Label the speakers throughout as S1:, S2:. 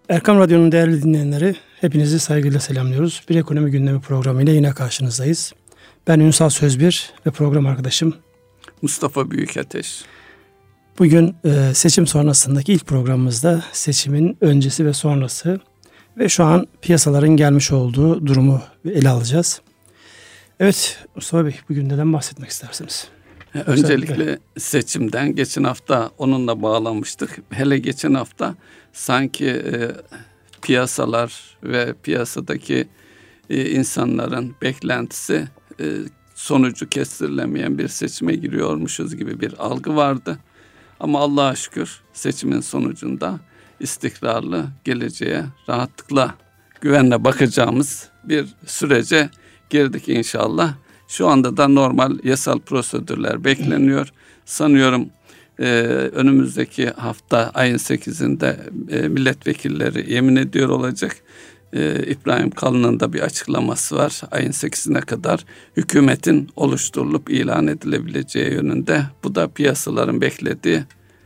S1: Erkam Radyo'nun değerli dinleyenleri, hepinizi saygıyla selamlıyoruz. Bir ekonomi gündemi programıyla yine karşınızdayız. Ben Ünsal Sözbir ve program arkadaşım
S2: Mustafa Büyükateş.
S1: Bugün seçim sonrasındaki ilk programımızda seçimin öncesi ve sonrası ve şu an piyasaların gelmiş olduğu durumu ele alacağız. Evet Mustafa Bey, bugün neden bahsetmek istersiniz?
S2: Öncelikle seçimden, geçen hafta onunla bağlamıştık. Hele geçen hafta sanki piyasalar ve piyasadaki insanların beklentisi sonucu kestirilemeyen bir seçime giriyormuşuz gibi bir algı vardı. Ama Allah'a şükür seçimin sonucunda istikrarlı, geleceğe rahatlıkla, güvenle bakacağımız bir sürece girdik inşallah. Şu anda da normal yasal prosedürler bekleniyor. Sanıyorum önümüzdeki hafta ayın 8'inde milletvekilleri yemin ediyor olacak. İbrahim Kalın'ın da bir açıklaması var. Ayın 8'ine kadar hükümetin oluşturulup ilan edilebileceği yönünde. Bu da piyasaların beklediği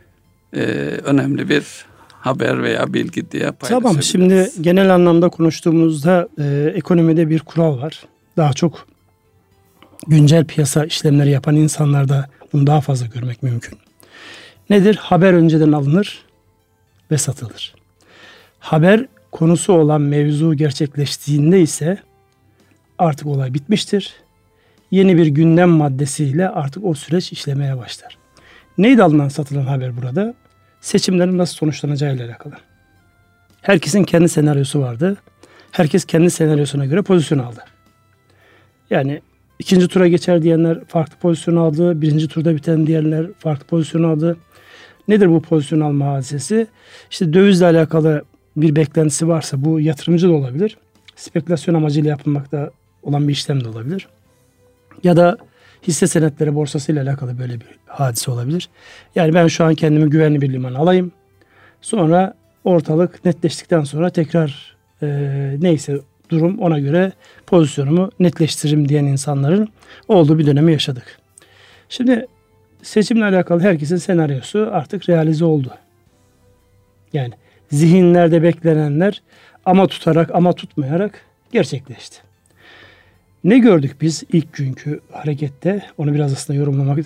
S2: önemli bir haber veya bilgi diye paylaşabiliriz.
S1: Tamam, şimdi genel anlamda konuştuğumuzda ekonomide bir kural var. Daha çok güncel piyasa işlemleri yapan insanlarda bunu daha fazla görmek mümkün. Nedir? Haber önceden alınır ve satılır. Haber konusu olan mevzu gerçekleştiğinde ise artık olay bitmiştir. Yeni bir gündem maddesiyle artık o süreç işlemeye başlar. Neydi alınan satılan haber burada? Seçimlerin nasıl sonuçlanacağıyla alakalı. Herkesin kendi senaryosu vardı. Herkes kendi senaryosuna göre pozisyon aldı. Yani ikinci tura geçer diyenler farklı pozisyon aldı. Birinci turda biten diyenler farklı pozisyon aldı. Nedir bu pozisyon alma hadisesi? İşte dövizle alakalı bir beklentisi varsa bu yatırımcı da olabilir. Spekülasyon amacıyla yapılmakta olan bir işlem de olabilir. Ya da hisse senetleri borsasıyla alakalı böyle bir hadise olabilir. Yani ben şu an kendimi güvenli bir limana alayım. Sonra ortalık netleştikten sonra tekrar neyse durum, ona göre pozisyonumu netleştiririm diyen insanların olduğu bir dönemi yaşadık. Şimdi seçimle alakalı herkesin senaryosu artık realize oldu. Yani zihinlerde beklenenler ama tutarak ama tutmayarak gerçekleşti. Ne gördük biz ilk günkü harekette? Onu biraz aslında yorumlamak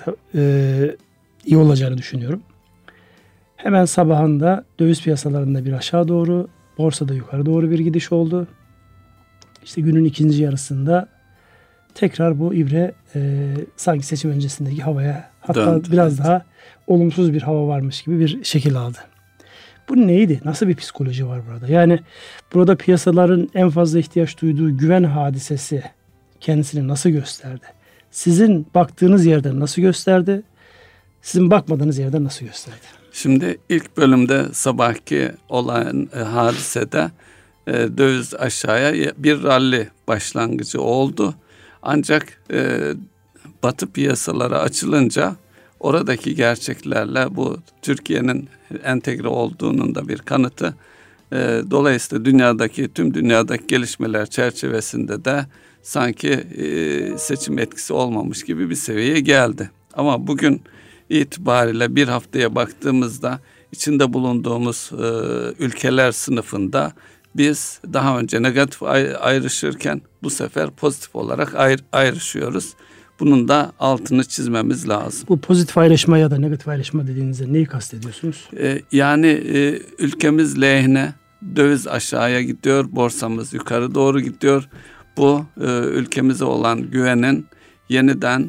S1: iyi olacağını düşünüyorum. Hemen sabahında döviz piyasalarında bir aşağı doğru, borsada yukarı doğru bir gidiş oldu. İşte günün ikinci yarısında tekrar bu ibre sanki seçim öncesindeki havaya, hatta döndü, biraz daha olumsuz bir hava varmış gibi bir şekil aldı. Bu neydi? Nasıl bir psikoloji var burada? Yani burada piyasaların en fazla ihtiyaç duyduğu güven hadisesi kendisini nasıl gösterdi? Sizin baktığınız yerden nasıl gösterdi? Sizin bakmadığınız yerden nasıl gösterdi?
S2: Şimdi ilk bölümde sabahki olan hadisede döviz aşağıya bir ralli başlangıcı oldu. Ancak Batı piyasaları açılınca oradaki gerçeklerle bu Türkiye'nin entegre olduğunun da bir kanıtı. Dolayısıyla tüm dünyadaki gelişmeler çerçevesinde de sanki seçim etkisi olmamış gibi bir seviyeye geldi. Ama bugün itibariyle bir haftaya baktığımızda içinde bulunduğumuz ülkeler sınıfında biz daha önce negatif ayrışırken bu sefer pozitif olarak ayrışıyoruz. Bunun da altını çizmemiz lazım.
S1: Bu pozitif ayrışma ya da negatif ayrışma dediğinizde neyi kastediyorsunuz?
S2: Yani ülkemiz lehine, döviz aşağıya gidiyor, borsamız yukarı doğru gidiyor. Bu ülkemize olan güvenin yeniden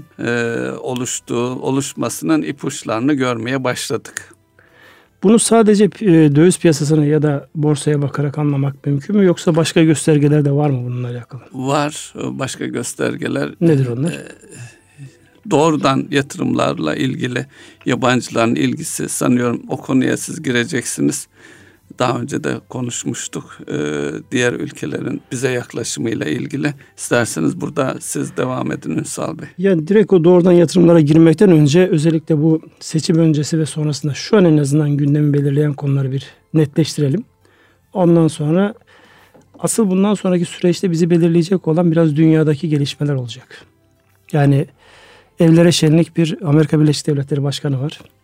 S2: oluşmasının ipuçlarını görmeye başladık.
S1: Bunu sadece döviz piyasasına ya da borsaya bakarak anlamak mümkün mü? Yoksa başka göstergeler de var mı bununla alakalı?
S2: Var başka göstergeler.
S1: Nedir onlar?
S2: Doğrudan yatırımlarla ilgili yabancıların ilgisi, sanıyorum o konuya siz gireceksiniz. Daha önce de konuşmuştuk diğer ülkelerin bize yaklaşımıyla ilgili. İsterseniz burada siz devam edin Ünsal Bey.
S1: Yani direkt o doğrudan yatırımlara girmekten önce özellikle bu seçim öncesi ve sonrasında şu an en azından gündemi belirleyen konuları bir netleştirelim. Ondan sonra asıl bundan sonraki süreçte bizi belirleyecek olan biraz dünyadaki gelişmeler olacak. Yani evlere şenlik bir Amerika Birleşik Devletleri Başkanı var.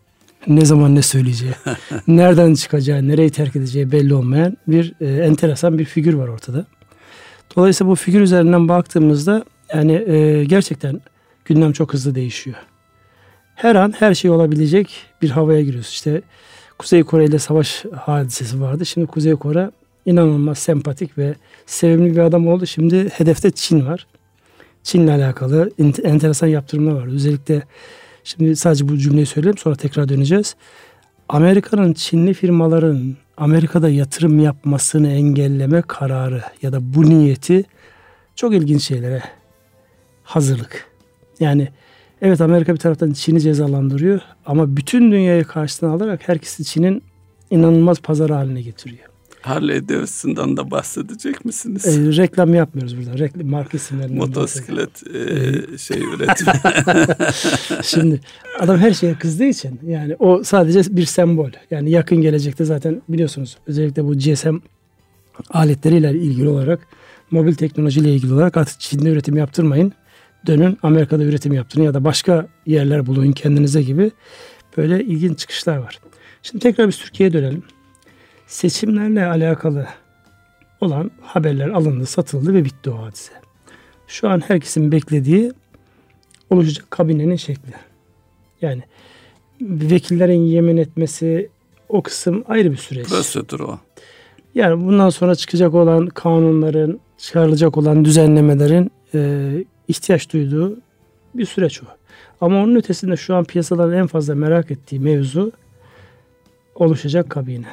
S1: ne zaman ne söyleyeceği, nereden çıkacağı, nereyi terk edeceği belli olmayan bir enteresan bir figür var ortada. Dolayısıyla bu figür üzerinden baktığımızda yani gerçekten gündem çok hızlı değişiyor. Her an her şey olabilecek bir havaya giriyoruz. İşte Kuzey Kore ile savaş hadisesi vardı. Şimdi Kuzey Kore inanılmaz sempatik ve sevimli bir adam oldu. Şimdi hedefte Çin var. Çin'le alakalı enteresan yaptırımlar var. Özellikle şimdi sadece bu cümleyi söyleyeyim, sonra tekrar döneceğiz. Amerika'nın Çinli firmaların Amerika'da yatırım yapmasını engelleme kararı ya da bu niyeti çok ilginç şeylere hazırlık. Yani evet, Amerika bir taraftan Çin'i cezalandırıyor ama bütün dünyayı karşısına alarak herkesi Çin'in inanılmaz pazar haline getiriyor.
S2: Harley Davidson'dan da bahsedecek misiniz?
S1: Reklam yapmıyoruz burada. Reklam, marka isimlerinden
S2: motosiklet üretimi.
S1: Şimdi adam her şeye kızdığı için yani o sadece bir sembol. Yani yakın gelecekte zaten biliyorsunuz özellikle bu GSM aletleriyle ilgili olarak, mobil teknolojiyle ilgili olarak artık Çin'de üretim yaptırmayın. Dönün Amerika'da üretim yaptırın ya da başka yerler bulun kendinize gibi böyle ilginç çıkışlar var. Şimdi tekrar biz Türkiye'ye dönelim. Seçimlerle alakalı olan haberler alındı, satıldı ve bitti o hadise. Şu an herkesin beklediği oluşacak kabinenin şekli. Yani vekillerin yemin etmesi, o kısım ayrı bir süreç.
S2: Prosedür o.
S1: Yani bundan sonra çıkacak olan kanunların, çıkarılacak olan düzenlemelerin ihtiyaç duyduğu bir süreç o. Ama onun ötesinde şu an piyasaların en fazla merak ettiği mevzu oluşacak kabine.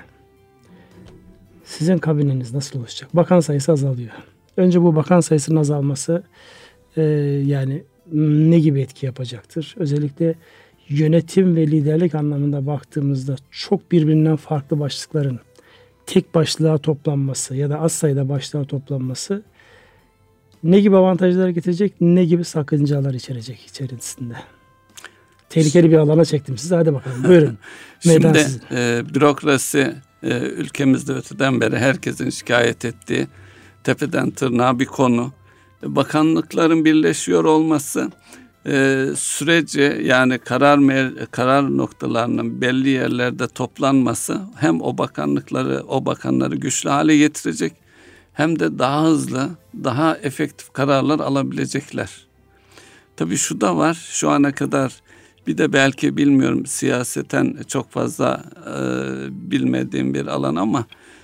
S1: Sizin kabineniz nasıl oluşacak? Bakan sayısı azalıyor. Önce bu bakan sayısının azalması yani ne gibi etki yapacaktır? Özellikle yönetim ve liderlik anlamında baktığımızda çok birbirinden farklı başlıkların tek başlığa toplanması ya da az sayıda başlığa toplanması ne gibi avantajlar getirecek, ne gibi sakıncalar içerecek içerisinde? Tehlikeli bir alana çektim sizi. Hadi bakalım. Buyurun.
S2: Şimdi bürokrasi ülkemizde öteden beri herkesin şikayet ettiği tepeden tırnağa bir konu. Bakanlıkların birleşiyor olması süreci, yani karar noktalarının belli yerlerde toplanması hem o bakanları güçlü hale getirecek, hem de daha hızlı, daha efektif kararlar alabilecekler. Tabii şu da var, şu ana kadar bir de belki bilmiyorum, siyaseten çok fazla bilmediğim bir alan ama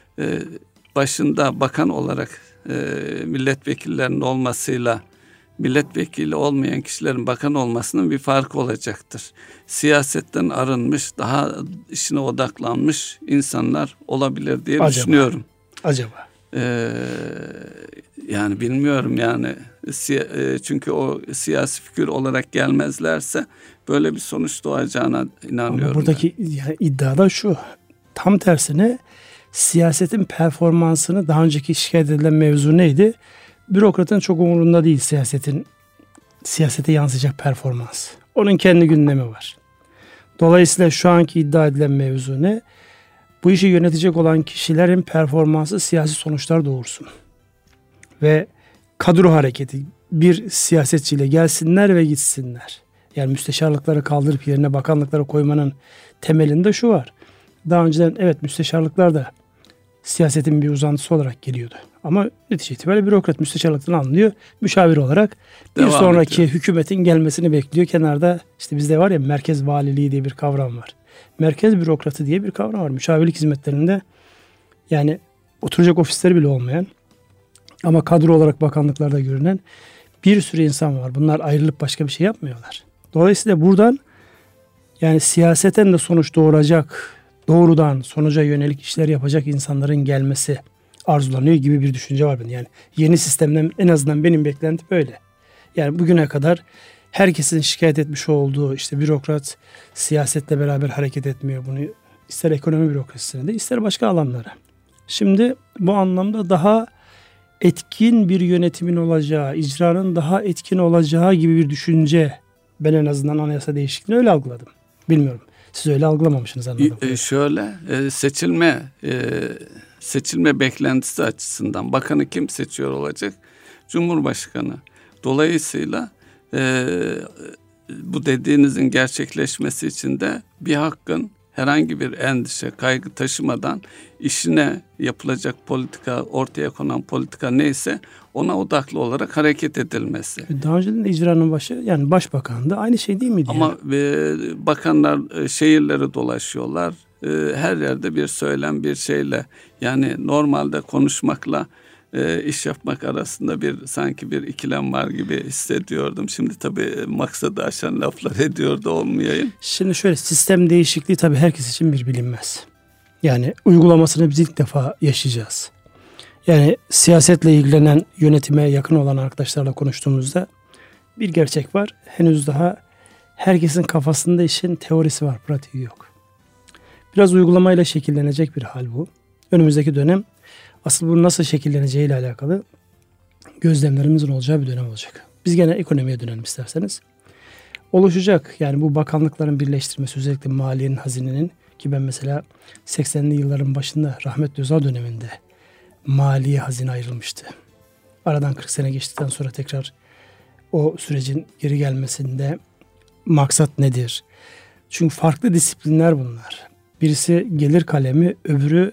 S2: başında bakan olarak milletvekillerinin olmasıyla milletvekili olmayan kişilerin bakan olmasının bir farkı olacaktır. Siyasetten arınmış, daha işine odaklanmış insanlar olabilir diye düşünüyorum.
S1: Acaba?
S2: Yani bilmiyorum yani çünkü o siyasi figür olarak gelmezlerse böyle bir sonuç doğacağına inanıyorum.
S1: Ama buradaki yani iddia da şu, tam tersine siyasetin performansını, daha önceki şikayet edilen mevzu neydi? Bürokratın çok umurunda değil siyasete yansıyacak performans. Onun kendi gündemi var. Dolayısıyla şu anki iddia edilen mevzu ne? Bu işi yönetecek olan kişilerin performansı siyasi sonuçlar doğursun. Ve kadro hareketi, bir siyasetçiyle gelsinler ve gitsinler. Yani müsteşarlıkları kaldırıp yerine bakanlıkları koymanın temelinde şu var. Daha önceden evet, müsteşarlıklar da siyasetin bir uzantısı olarak geliyordu. Ama netice itibariyle bürokrat müsteşarlıktan alınıyor. Müşavir olarak bir sonraki hükümetin gelmesini bekliyor. Kenarda işte bizde var ya, merkez valiliği diye bir kavram var. Merkez bürokratı diye bir kavram var. Müşavirlik hizmetlerinde yani oturacak ofisleri bile olmayan ama kadro olarak bakanlıklarda görünen bir sürü insan var. Bunlar ayrılıp başka bir şey yapmıyorlar. Dolayısıyla buradan yani siyaseten de sonuç doğuracak, doğrudan sonuca yönelik işler yapacak insanların gelmesi arzulanıyor gibi bir düşünce var benim. Yani yeni sistemden en azından benim beklentim böyle. Yani bugüne kadar herkesin şikayet etmiş olduğu işte bürokrat siyasetle beraber hareket etmiyor. Bunu ister ekonomi bürokrasisinde ister başka alanlara. Şimdi bu anlamda daha etkin bir yönetimin olacağı, icranın daha etkin olacağı gibi bir düşünce, ben en azından anayasa değişikliğini öyle algıladım. Bilmiyorum. Siz öyle algılamamışsınız anladım.
S2: Şöyle seçilme beklentisi açısından bakanı kim seçiyor olacak? Cumhurbaşkanı. Dolayısıyla bu dediğinizin gerçekleşmesi için de bir hakkın herhangi bir endişe, kaygı taşımadan işine yapılacak politika, ortaya konan politika neyse ona odaklı olarak hareket edilmesi.
S1: Daha önce de icranın başı, yani başbakan da aynı şey değil miydi?
S2: Ama bakanlar şehirleri dolaşıyorlar. Her yerde bir söylem, bir şeyle, yani normalde konuşmakla iş yapmak arasında sanki bir ikilem var gibi hissediyordum. Şimdi tabii maksadı aşan laflar ediyor da olmayayım.
S1: Şimdi şöyle, sistem değişikliği tabii herkes için bir bilinmez. Yani uygulamasını biz ilk defa yaşayacağız. Yani siyasetle ilgilenen, yönetime yakın olan arkadaşlarla konuştuğumuzda bir gerçek var. Henüz daha herkesin kafasında işin teorisi var, pratiği yok. Biraz uygulamayla şekillenecek bir hal bu. Önümüzdeki dönem asıl bunun nasıl şekilleneceğiyle alakalı gözlemlerimizin olacağı bir dönem olacak. Biz gene ekonomiye dönelim isterseniz. Oluşacak, yani bu bakanlıkların birleştirmesi, özellikle maliyenin, hazinenin, ki ben mesela 80'li yılların başında rahmetli Özal döneminde maliye, hazine ayrılmıştı. Aradan 40 sene geçtikten sonra tekrar o sürecin geri gelmesinde maksat nedir? Çünkü farklı disiplinler bunlar. Birisi gelir kalemi, öbürü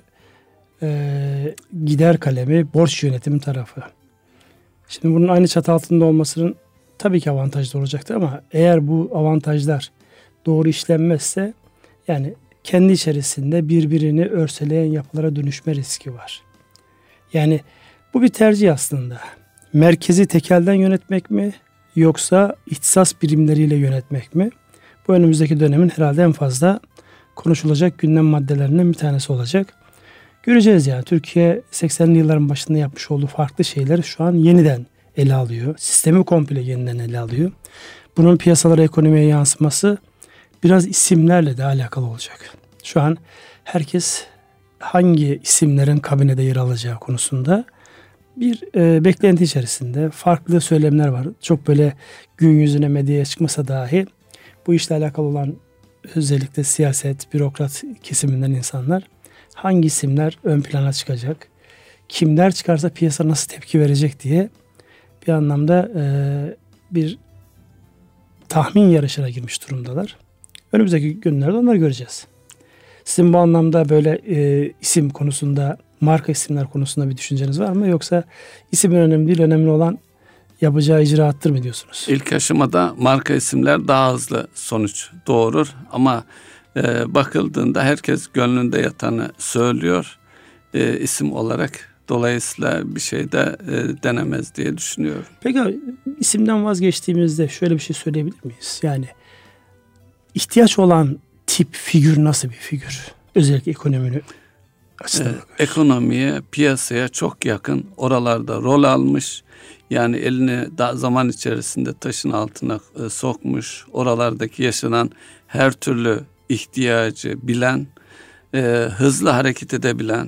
S1: gider kalemi, borç yönetimi tarafı. Şimdi bunun aynı çatı altında olmasının tabii ki avantajlı olacaktır ama eğer bu avantajlar doğru işlenmezse, yani kendi içerisinde birbirini örseleyen yapılara dönüşme riski var. Yani bu bir tercih aslında. Merkezi tekelden yönetmek mi, yoksa ihtisas birimleriyle yönetmek mi? Bu önümüzdeki dönemin herhalde en fazla konuşulacak gündem maddelerinden bir tanesi olacak. Göreceğiz yani. Türkiye 80'li yılların başında yapmış olduğu farklı şeyleri şu an yeniden ele alıyor. Sistemi komple yeniden ele alıyor. Bunun piyasalara, ekonomiye yansıması biraz isimlerle de alakalı olacak. Şu an herkes hangi isimlerin kabinede yer alacağı konusunda bir beklenti içerisinde. Farklı söylemler var. Çok böyle gün yüzüne, medyaya çıkmasa dahi bu işle alakalı olan özellikle siyaset, bürokrat kesiminden insanlar hangi isimler ön plana çıkacak, kimler çıkarsa piyasa nasıl tepki verecek diye bir anlamda bir tahmin yarışına girmiş durumdalar. Önümüzdeki günlerde onları göreceğiz. Sizin bu anlamda böyle isim konusunda, marka isimler konusunda bir düşünceniz var mı? Yoksa isim önemli değil, önemli olan yapacağı icraattır mı diyorsunuz?
S2: İlk aşamada marka isimler daha hızlı sonuç doğurur ama bakıldığında herkes gönlünde yatanı söylüyor isim olarak. Dolayısıyla bir şey de denemez diye düşünüyorum.
S1: Peki isimden vazgeçtiğimizde şöyle bir şey söyleyebilir miyiz? Yani ihtiyaç olan tip, figür nasıl bir figür? Özellikle ekonominin açısından
S2: ekonomiye, piyasaya çok yakın, oralarda rol almış. Yani elini da zaman içerisinde taşın altına sokmuş, oralardaki yaşanan her türlü ihtiyacı bilen, hızlı hareket edebilen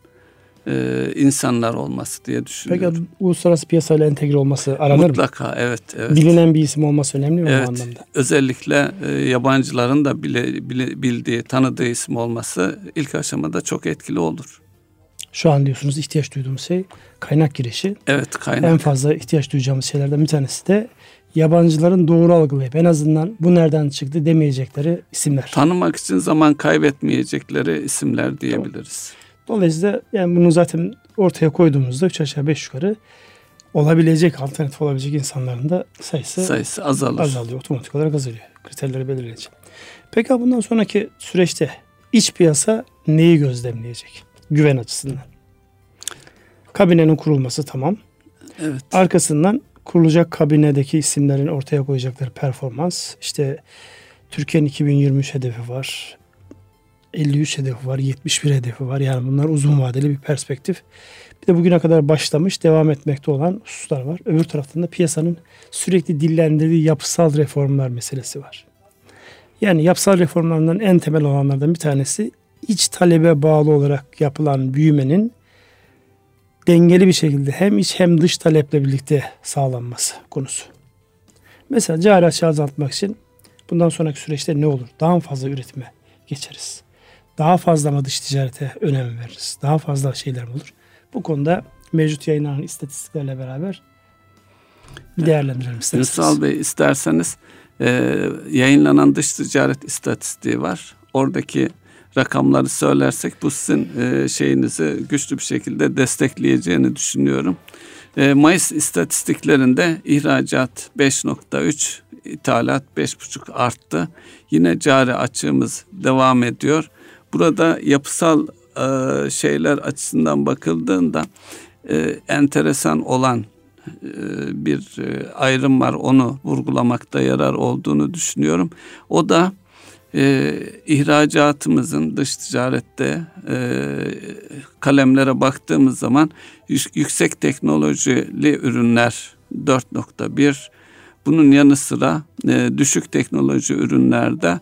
S2: insanlar olması diye düşünüyorum.
S1: Peki uluslararası piyasayla entegre olması aranır mı?
S2: Mutlaka, evet.
S1: Bilinen bir isim olması önemli mi
S2: evet,
S1: bu anlamda?
S2: Özellikle yabancıların da bildiği, tanıdığı isim olması ilk aşamada çok etkili olur.
S1: Şu an diyorsunuz ihtiyaç duyduğumuz şey kaynak girişi.
S2: Evet, kaynak.
S1: En fazla ihtiyaç duyacağımız şeylerden bir tanesi de yabancıların doğru algılayıp en azından bu nereden çıktı demeyecekleri isimler.
S2: Tanımak için zaman kaybetmeyecekleri isimler diyebiliriz.
S1: Dolayısıyla yani bunu zaten ortaya koyduğumuzda 3 aşağı 5 yukarı olabilecek, alternatif olabilecek insanların da sayısı azalıyor. Otomatik olarak azalıyor. Kriterleri belirleyecek. Peki bundan sonraki süreçte iç piyasa neyi gözlemleyecek? Güven açısından. Kabinenin kurulması tamam.
S2: Evet.
S1: Arkasından kurulacak kabinedeki isimlerin ortaya koyacakları performans. İşte Türkiye'nin 2023 hedefi var. 53 hedefi var, 71 hedefi var. Yani bunlar uzun vadeli bir perspektif. Bir de bugüne kadar başlamış, devam etmekte olan hususlar var. Öbür taraftan da piyasanın sürekli dillendirdiği yapısal reformlar meselesi var. Yani yapısal reformlardan en temel olanlardan bir tanesi iç talebe bağlı olarak yapılan büyümenin dengeli bir şekilde hem iç hem dış taleple birlikte sağlanması konusu. Mesela cari açığı azaltmak için bundan sonraki süreçte ne olur? Daha fazla üretime geçeriz. Daha fazla mı dış ticarete önem veririz? Daha fazla şeyler mi olur? Bu konuda mevcut yayınlanan istatistiklerle beraber bir değerlendirelim isterseniz.
S2: Ünsal Bey, isterseniz yayınlanan dış ticaret istatistiği var. Oradaki rakamları söylersek bu sizin şeyinizi güçlü bir şekilde destekleyeceğini düşünüyorum. Mayıs istatistiklerinde ihracat 5.3, ithalat 5.5 arttı. Yine cari açığımız devam ediyor. Burada yapısal şeyler açısından bakıldığında enteresan olan bir ayrım var. Onu vurgulamakta yarar olduğunu düşünüyorum. O da ihracatımızın dış ticarette kalemlere baktığımız zaman yüksek teknolojili ürünler 4.1, bunun yanı sıra düşük teknoloji ürünlerde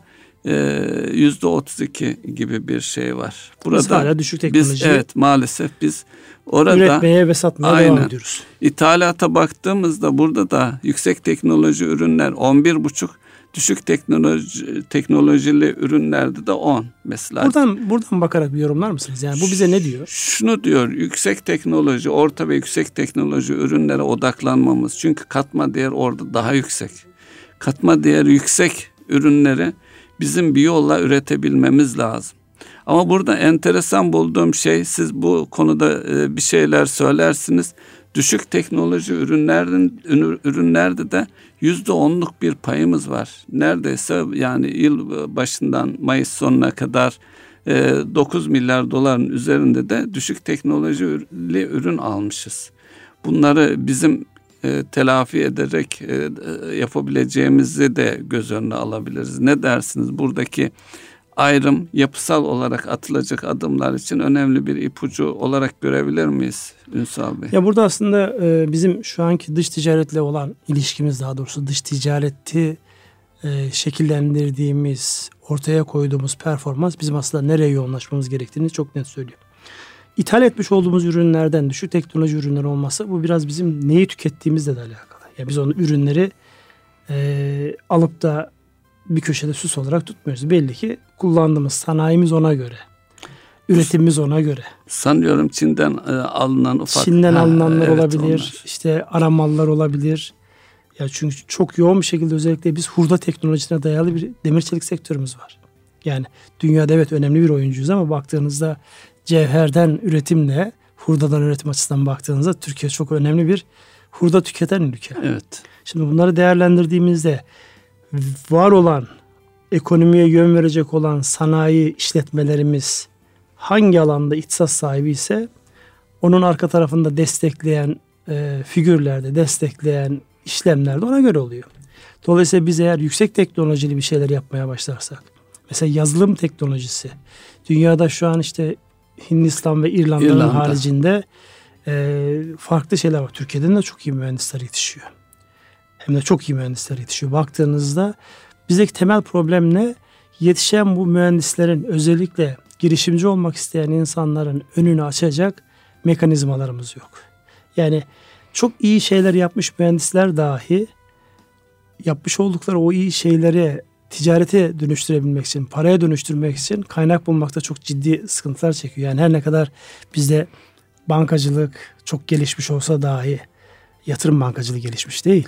S2: %32 gibi bir şey var. Burada
S1: biz hala düşük teknoloji.
S2: Evet, maalesef biz orada
S1: üretmeye ve satmaya devam ediyoruz.
S2: İthalata baktığımızda burada da yüksek teknoloji ürünler 11.5, düşük teknolojili ürünlerde de 10 mesela.
S1: Buradan bakarak bir yorumlar mısınız? Yani bu bize ne diyor?
S2: Şunu diyor: yüksek teknoloji, orta ve yüksek teknoloji ürünlere odaklanmamız. Çünkü katma değer orada daha yüksek. Katma değer yüksek ürünleri bizim bir yolla üretebilmemiz lazım. Ama burada enteresan bulduğum şey, siz bu konuda bir şeyler söylersiniz. Düşük teknoloji ürünlerde de %10'luk bir payımız var. Neredeyse yani yıl başından Mayıs sonuna kadar 9 milyar doların üzerinde de düşük teknolojili ürün almışız. Bunları bizim telafi ederek yapabileceğimizi de göz önüne alabiliriz. Ne dersiniz? Buradaki ayrım yapısal olarak atılacak adımlar için önemli bir ipucu olarak görebilir miyiz Ünsal Bey?
S1: Ya burada aslında bizim şu anki dış ticaretle olan ilişkimiz, daha doğrusu dış ticareti şekillendirdiğimiz, ortaya koyduğumuz performans bizim aslında nereye yoğunlaşmamız gerektiğini çok net söylüyor. İthal etmiş olduğumuz ürünlerden düşük teknoloji ürünler olması, bu biraz bizim neyi tükettiğimizle de alakalı. Yani biz onu ürünleri alıp da bir köşede süs olarak tutmuyoruz. Belli ki kullandığımız sanayimiz ona göre. Üretimimiz ona göre.
S2: Sanıyorum Çin'den alınan ufak.
S1: Çin'den alınanlar
S2: evet,
S1: olabilir.
S2: Onlar.
S1: İşte ara mallar olabilir. Ya çünkü çok yoğun bir şekilde özellikle biz hurda teknolojisine dayalı bir demir çelik sektörümüz var. Yani dünyada evet önemli bir oyuncuyuz ama baktığınızda cevherden üretimle hurdadan üretim açısından baktığınızda Türkiye çok önemli bir hurda tüketen ülke.
S2: Evet.
S1: Şimdi bunları değerlendirdiğimizde var olan, ekonomiye yön verecek olan sanayi işletmelerimiz hangi alanda ihtisas sahibi ise onun arka tarafında destekleyen figürlerde, destekleyen işlemlerde ona göre oluyor. Dolayısıyla biz eğer yüksek teknolojili bir şeyler yapmaya başlarsak, mesela yazılım teknolojisi, dünyada şu an işte Hindistan ve İrlanda'nın haricinde farklı şeyler var. Türkiye'den de çok iyi mühendisler yetişiyor. Hem de çok iyi mühendisler yetişiyor. Baktığınızda bizdeki temel problem ne? Yetişen bu mühendislerin, özellikle girişimci olmak isteyen insanların önünü açacak mekanizmalarımız yok. Yani çok iyi şeyler yapmış mühendisler dahi yapmış oldukları o iyi şeyleri ticarete dönüştürebilmek için, paraya dönüştürmek için kaynak bulmakta çok ciddi sıkıntılar çekiyor. Yani her ne kadar bizde bankacılık çok gelişmiş olsa dahi yatırım bankacılığı gelişmiş değil.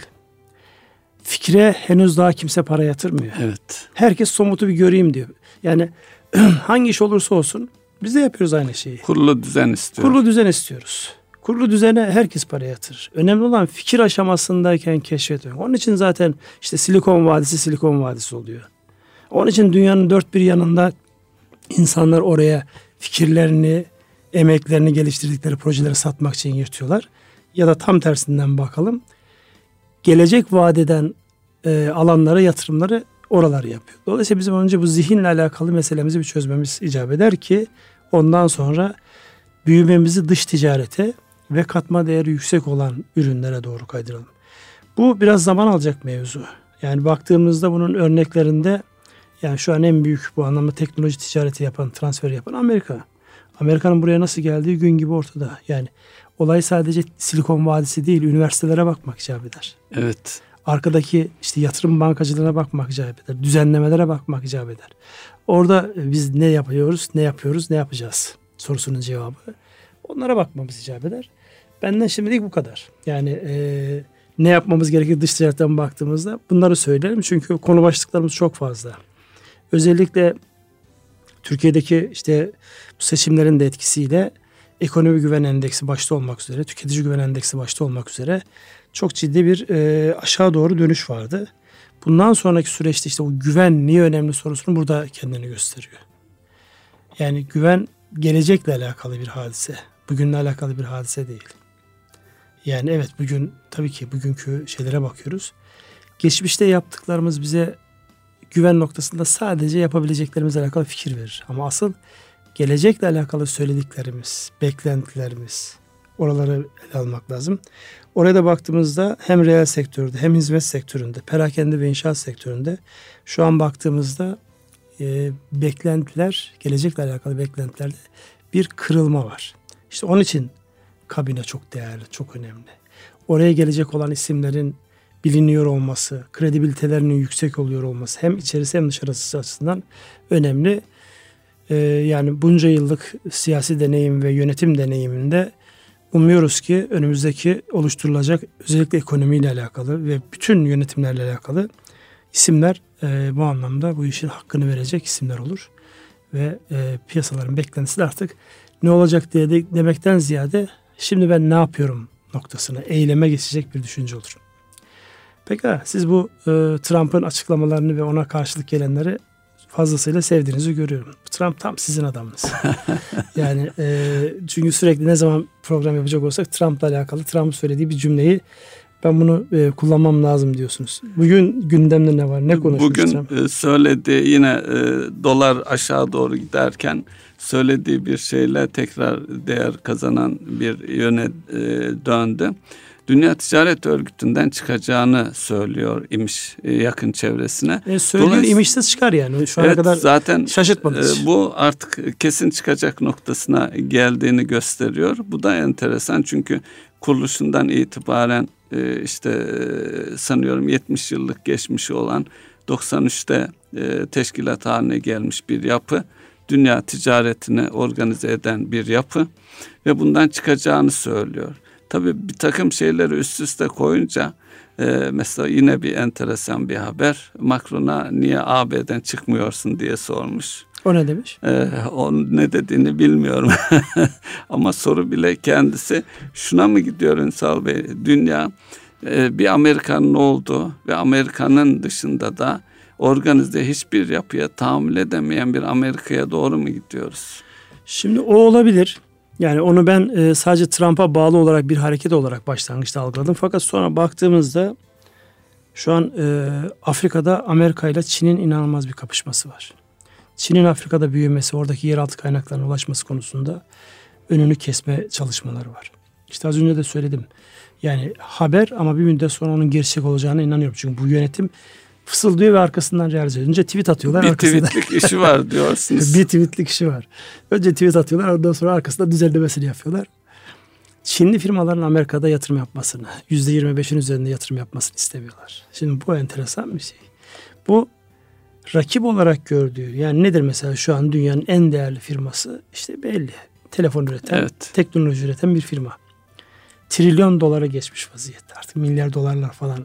S1: Fikre henüz daha kimse para yatırmıyor.
S2: Evet.
S1: Herkes somutu bir göreyim diyor. Yani hangi iş olursa olsun biz de yapıyoruz aynı şeyi.
S2: Kurulu düzen istiyoruz.
S1: Kurulu düzen istiyoruz. Kurulu düzene herkes para yatırır. Önemli olan fikir aşamasındayken keşfetmek. Onun için zaten işte Silikon Vadisi oluyor. Onun için dünyanın dört bir yanında insanlar oraya fikirlerini, emeklerini geliştirdikleri projeleri satmak için yırtıyorlar. Ya da tam tersinden bakalım. Gelecek vadeden alanlara yatırımları oralar yapıyor. Dolayısıyla bizim önce bu zihinle alakalı meselemizi bir çözmemiz icap eder ki ondan sonra büyümemizi dış ticarete ve katma değeri yüksek olan ürünlere doğru kaydıralım. Bu biraz zaman alacak mevzu. Yani baktığımızda bunun örneklerinde yani şu an en büyük bu anlamda teknoloji ticareti yapan, transferi yapan Amerika. Amerika'nın buraya nasıl geldiği gün gibi ortada. Yani olay sadece Silikon Vadisi değil, üniversitelere bakmak icap eder.
S2: Evet.
S1: Arkadaki işte yatırım bankacılığına bakmak icap eder. Düzenlemelere bakmak icap eder. Orada biz ne yapıyoruz, ne yapacağız sorusunun cevabı. Onlara bakmamız icap eder. Benden şimdilik bu kadar. Yani ne yapmamız gerekir dış ticaretten baktığımızda bunları söylerim. Çünkü konu başlıklarımız çok fazla. Özellikle Türkiye'deki işte bu seçimlerin de etkisiyle ekonomi güven endeksi başta olmak üzere, tüketici güven endeksi başta olmak üzere çok ciddi bir aşağı doğru dönüş vardı. Bundan sonraki süreçte işte o güven niye önemli sorusunu burada kendini gösteriyor. Yani güven gelecekle alakalı bir hadise. Bugünle alakalı bir hadise değil. Yani evet, bugün tabii ki bugünkü şeylere bakıyoruz. Geçmişte yaptıklarımız bize güven noktasında sadece yapabileceklerimizle alakalı fikir verir. Ama asıl gelecekle alakalı söylediklerimiz, beklentilerimiz, oraları ele almak lazım. Oraya da baktığımızda hem reel sektörde hem hizmet sektöründe, perakende ve inşaat sektöründe şu an baktığımızda beklentiler, gelecekle alakalı beklentilerde bir kırılma var. İşte onun için kabine çok değerli, çok önemli. Oraya gelecek olan isimlerin biliniyor olması, kredibilitelerinin yüksek oluyor olması hem içerisi hem dışarısı açısından önemli. Yani bunca yıllık siyasi deneyim ve yönetim deneyiminde umuyoruz ki önümüzdeki oluşturulacak özellikle ekonomiyle alakalı ve bütün yönetimlerle alakalı isimler bu anlamda bu işin hakkını verecek isimler olur. Ve piyasaların beklentisi de artık ne olacak diye demekten ziyade şimdi ben ne yapıyorum noktasına, eyleme geçecek bir düşünce olur. Peki siz bu Trump'ın açıklamalarını ve ona karşılık gelenleri fazlasıyla sevdiğinizi görüyorum. Trump tam sizin adamınız. Yani çünkü sürekli ne zaman program yapacak olsak Trump'la alakalı, Trump'ın söylediği bir cümleyi ben bunu kullanmam lazım diyorsunuz. Bugün gündemde ne var? Ne konuşmuş
S2: bugün
S1: Trump?
S2: Söylediği yine dolar aşağı doğru giderken söylediği bir şeyle tekrar değer kazanan bir yöne döndü. Dünya Ticaret Örgütü'nden çıkacağını söylüyor imiş yakın çevresine.
S1: Söylüyor, imişsiz çıkar yani. Şu ana kadar zaten şaşırtmadı.
S2: Bu artık kesin çıkacak noktasına geldiğini gösteriyor. Bu da enteresan çünkü kuruluşundan itibaren işte sanıyorum 70 yıllık geçmişi olan 93'te teşkilat haline gelmiş bir yapı. Dünya ticaretini organize eden bir yapı ve bundan çıkacağını söylüyor. Tabii bir takım şeyleri üst üste koyunca mesela yine bir enteresan bir haber. Macron'a niye AB'den çıkmıyorsun diye sormuş.
S1: O ne demiş?
S2: Onun ne dediğini bilmiyorum. Ama soru bile kendisi. Şuna mı gidiyor Ünsal Bey? Dünya bir Amerika'nın olduğu ve Amerika'nın dışında da organize hiçbir yapıya tahammül edemeyen bir Amerika'ya doğru mu gidiyoruz?
S1: Şimdi o olabilir. Yani onu ben sadece Trump'a bağlı olarak bir hareket olarak başlangıçta algıladım. Fakat sonra baktığımızda şu an Afrika'da Amerika ile Çin'in inanılmaz bir kapışması var. Çin'in Afrika'da büyümesi, oradaki yeraltı kaynaklarına ulaşması konusunda önünü kesme çalışmaları var. İşte az önce de söyledim. Yani haber ama bir müddet sonra onun gerçek olacağına inanıyorum. Çünkü bu yönetim fısıldıyor ve arkasından realize ediyor. Önce tweet atıyorlar.
S2: Bir tweetlik işi var diyorsunuz.
S1: Bir tweetlik işi var. Önce tweet atıyorlar, ondan sonra arkasında düzenlemesini yapıyorlar. Çinli firmaların Amerika'da yatırım yapmasını, %25'in üzerinde yatırım yapmasını istemiyorlar. Şimdi bu enteresan bir şey. Bu rakip olarak gördüğü, yani nedir mesela şu an dünyanın en değerli firması işte belli. Telefon üreten, evet, teknoloji üreten bir firma. Trilyon dolara geçmiş vaziyette. Artık milyar dolarlar falan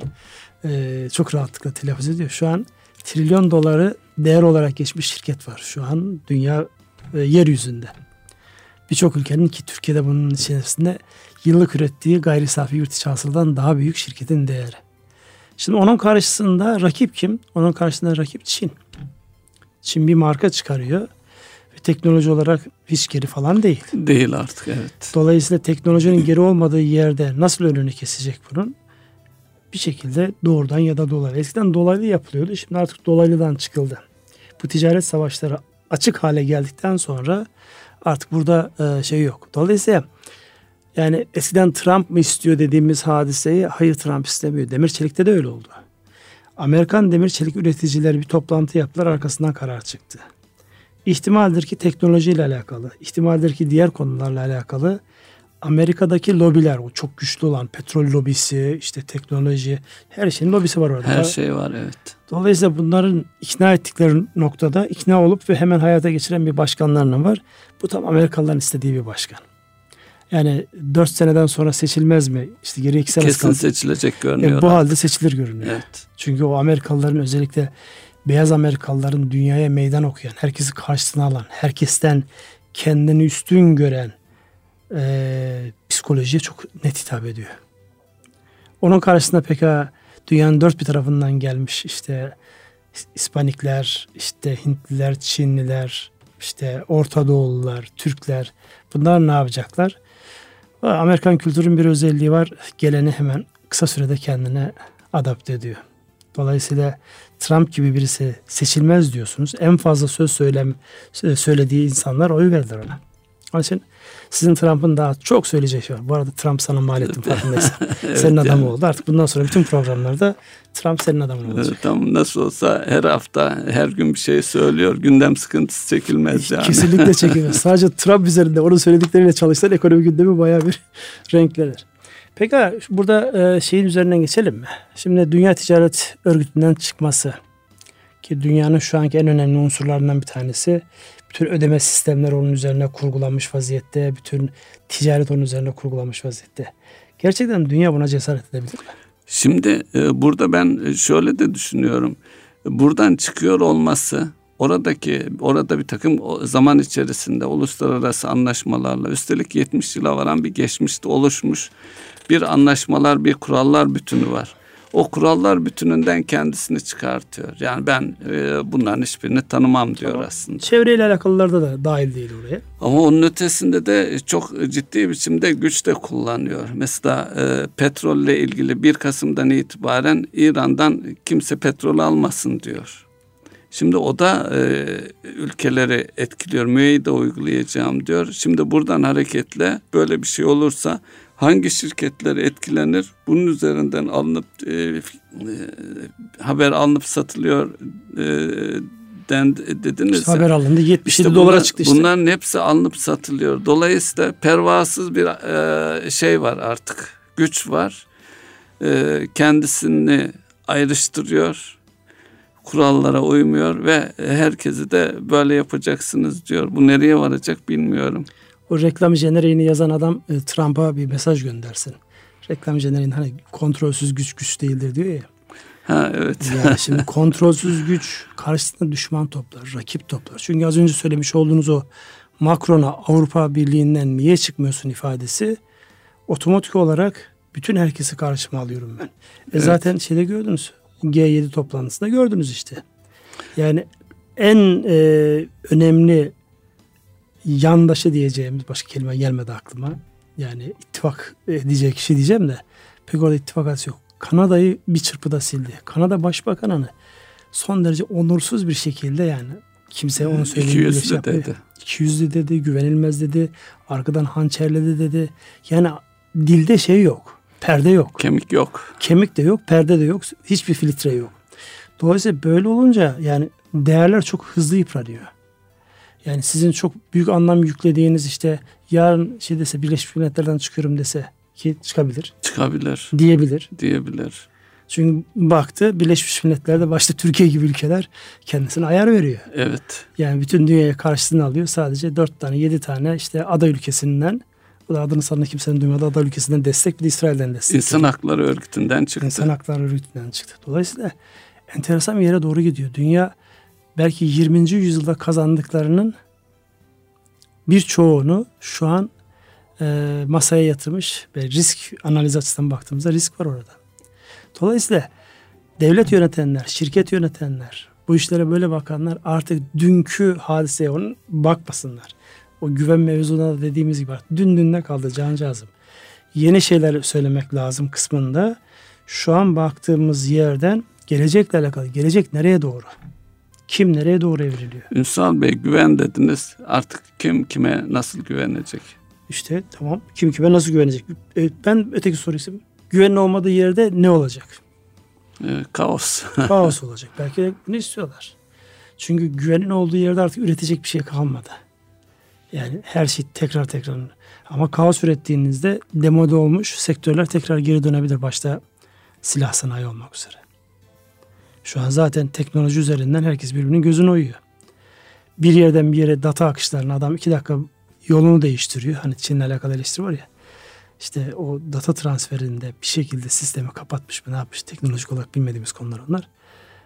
S1: çok rahatlıkla telaffuz ediyor. Şu an trilyon doları değer olarak geçmiş şirket var. Şu an dünya yeryüzünde. Birçok ülkenin, ki Türkiye'de bunun içerisinde, yıllık ürettiği gayri safi yurt içi hasıldan daha büyük şirketin değeri. Şimdi onun karşısında rakip kim? Onun karşısında rakip Çin. Çin bir marka çıkarıyor ve teknoloji olarak hiç geri falan değil.
S2: Değil artık, evet.
S1: Dolayısıyla teknolojinin geri olmadığı yerde nasıl önünü kesecek bunun? Bir şekilde doğrudan ya da dolaylı. Eskiden dolaylı yapılıyordu. Şimdi artık dolaylıdan çıkıldı. Bu ticaret savaşları açık hale geldikten sonra artık burada şey yok. Dolayısıyla yani eskiden Trump mı istiyor dediğimiz hadiseyi, hayır, Trump istemiyor. Demir çelikte de öyle oldu. Amerikan demir çelik üreticileri bir toplantı yaptılar, arkasından karar çıktı. İhtimaldir ki teknolojiyle alakalı, ihtimaldir ki diğer konularla alakalı Amerika'daki lobiler, o çok güçlü olan petrol lobisi, işte teknoloji, her şeyin lobisi var orada.
S2: Her şey var, evet.
S1: Dolayısıyla bunların ikna ettikleri noktada ikna olup ve hemen hayata geçiren bir başkanlarının var. Bu tam Amerikalıların istediği bir başkan. Yani 4 seneden sonra seçilmez mi? İşte geri 2 sene
S2: kesin seçilecek görünüyor.
S1: Bu halde seçilir görünüyor.
S2: Evet.
S1: Çünkü o Amerikalıların özellikle beyaz Amerikalıların dünyaya meydan okuyan, herkesi karşısına alan, herkesten kendini üstün gören psikolojiye çok net hitap ediyor. Onun karşısında PKK dünyanın dört bir tarafından gelmiş işte İspanikler, işte Hintliler, Çinliler, işte Orta Doğulular, Türkler, bunlar ne yapacaklar? Amerikan kültürün bir özelliği var. Geleni hemen kısa sürede kendine adapte ediyor. Dolayısıyla Trump gibi birisi seçilmez diyorsunuz. En fazla söylediği insanlar oy verdiler ona. Onun için sizin Trump'ın daha çok söyleyeceği şey var. Bu arada Trump sana mal ettim farkındaysan. Evet, senin adamı oldu. Artık bundan sonra bütün programlarda Trump senin adamın olacak.
S2: Tam nasıl olsa her hafta, her gün bir şey söylüyor. Gündem sıkıntısı çekilmez yani.
S1: Kesinlikle çekilmez. Sadece Trump üzerinde onun söyledikleriyle çalışsan ekonomi gündemi bayağı bir renklenir. Peki burada şeyin üzerinden geçelim mi? Şimdi Dünya Ticaret Örgütü'nden çıkması ki dünyanın şu anki en önemli unsurlarından bir tanesi. Bütün ödeme sistemleri onun üzerine kurgulanmış vaziyette. Bütün ticaret onun üzerine kurgulanmış vaziyette. Gerçekten dünya buna cesaret edebilir mi?
S2: Şimdi burada ben şöyle de düşünüyorum. Buradan çıkıyor olması orada bir takım zaman içerisinde uluslararası anlaşmalarla üstelik 70 yıla varan bir geçmişte oluşmuş bir anlaşmalar, bir kurallar bütünü var. O kurallar bütününden kendisini çıkartıyor. Yani ben bunların hiçbirini tanımam diyor aslında.
S1: Çevreyle alakalılarda da dahil değil oraya.
S2: Ama onun ötesinde de çok ciddi biçimde güç de kullanıyor. Mesela petrolle ilgili 1 Kasım'dan itibaren İran'dan kimse petrol almasın diyor. Şimdi o da ülkeleri etkiliyor. Müeyyide uygulayacağım diyor. Şimdi buradan hareketle böyle bir şey olursa hangi şirketler etkilenir? Bunun üzerinden haber alınıp satılıyor dediniz.
S1: İşte haber alındı 77 dolara çıktı işte.
S2: Bunların hepsi alınıp satılıyor. Dolayısıyla pervasız bir şey var artık. Güç var. Kendisini ayrıştırıyor. Kurallara uymuyor ve herkesi de böyle yapacaksınız diyor. Bu nereye varacak bilmiyorum.
S1: O reklam jeneriğini yazan adam Trump'a bir mesaj göndersin. Reklam jeneriğinin hani kontrolsüz güç değildir diyor ya.
S2: Ha evet.
S1: Yani şimdi kontrolsüz güç karşısında düşman toplar, rakip toplar. Çünkü az önce söylemiş olduğunuz o Macron'a Avrupa Birliği'nden niye çıkmıyorsun ifadesi otomatik olarak bütün herkesi karşıma alıyorum ben. Evet. Zaten şeyde gördünüz. G7 toplantısında gördünüz işte. Yani en önemli yandaşı diyeceğimiz başka kelime gelmedi aklıma. Yani ittifak diyecek kişi diyeceğim de pek orada ittifak yok. Kanada'yı bir çırpıda sildi. Kanada Başbakanı'nı son derece onursuz bir şekilde yani kimseye onu söyleyeyim.
S2: 200'lü dedi.
S1: 200'lü dedi, güvenilmez dedi, arkadan hançerledi dedi. Yani dilde şey yok, perde yok.
S2: Kemik yok.
S1: Kemik de yok, perde de yok, hiçbir filtre yok. Dolayısıyla böyle olunca yani değerler çok hızlı yıpranıyor. Yani sizin çok büyük anlam yüklediğiniz işte yarın şey dese Birleşmiş Milletler'den çıkıyorum dese ki çıkabilir.
S2: Çıkabilir.
S1: Diyebilir. Çünkü baktı Birleşmiş Milletler'de başta Türkiye gibi ülkeler kendisine ayar veriyor.
S2: Evet.
S1: Yani bütün dünyaya karşısına alıyor. Sadece 4 tane 7 tane işte aday ülkesinden, bu da adını sanırım kimsenin duymadığı aday ülkesinden destek, bir de İsrail'den destek.
S2: İnsan Hakları Örgütü'nden çıktı.
S1: İnsan Hakları Örgütü'nden çıktı. Dolayısıyla enteresan bir yere doğru gidiyor. Dünya belki 20. yüzyılda kazandıklarının birçoğunu şu an masaya yatırmış ve risk analiz açısından baktığımızda risk var orada. Dolayısıyla devlet yönetenler, şirket yönetenler, bu işlere böyle bakanlar artık dünkü hadiseye bakmasınlar. O güven mevzuna da dediğimiz gibi artık dün kaldı cancağızım. Yeni şeyler söylemek lazım kısmında şu an baktığımız yerden gelecekle alakalı. Gelecek nereye doğru? Kim nereye doğru evriliyor?
S2: Ünsal Bey güven dediniz. Artık kim kime nasıl güvenecek?
S1: İşte tamam. Kim kime nasıl güvenecek? Ben öteki soruyu sorayım. Güvenin olmadığı yerde ne olacak?
S2: Kaos.
S1: Kaos olacak. Belki de bunu istiyorlar. Çünkü güvenin olduğu yerde artık üretecek bir şey kalmadı. Yani her şey tekrar. Ama kaos ürettiğinizde demode olmuş sektörler tekrar geri dönebilir. Başta silah sanayi olmak üzere. Şu an zaten teknoloji üzerinden herkes birbirinin gözünü oyuyor. Bir yerden bir yere data akışlarını adam 2 dakika yolunu değiştiriyor. Hani Çin'le alakalı eleştiri var ya. İşte o data transferinde bir şekilde sistemi kapatmış mı ne yapmış teknolojik olarak bilmediğimiz konular onlar.